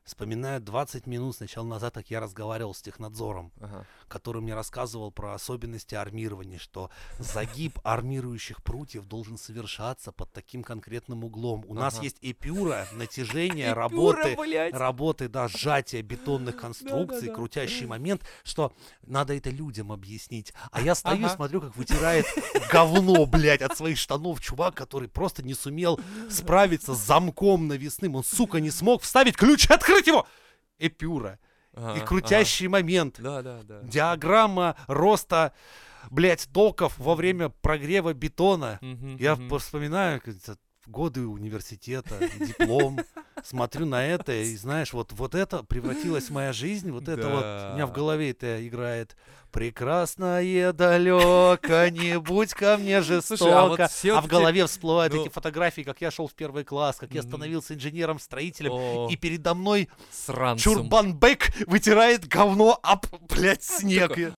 Вспоминаю 20 минут сначала назад, как я разговаривал с технадзором, Ага. который мне рассказывал про особенности армирования, что загиб армирующих прутьев должен совершаться под таким конкретным углом. У нас Ага. есть эпюра, натяжение, Эпюра, блядь! работы, да, сжатия бетонных конструкций, Да-да-да. крутящий момент, что надо это людям объяснить. А я стою, Ага. смотрю, как вытирает говно, блядь, от своих штанов чувак, который просто не сумел справиться с замком навесным. Он, сука, не смог вставить ключ и открыть его! Эпюра. Ага, И крутящий момент. ага. Да. Диаграмма роста, блядь, токов во время прогрева бетона. Мгм, Я мгм. вспоминаю годы университета, диплом, смотрю на это, и знаешь, вот это превратилась в моя жизнь, вот это вот у меня в Да. голове это играет. Прекрасное далеко, не будь ко мне Слушай, а вот жестоко. все А вот в эти- голове всплывают ну, эти фотографии, как я шел в первый класс, как я Мгм. становился инженером-строителем, О, и передо мной сранцем. Чурбанбек вытирает говно об, блядь, снег. Такой,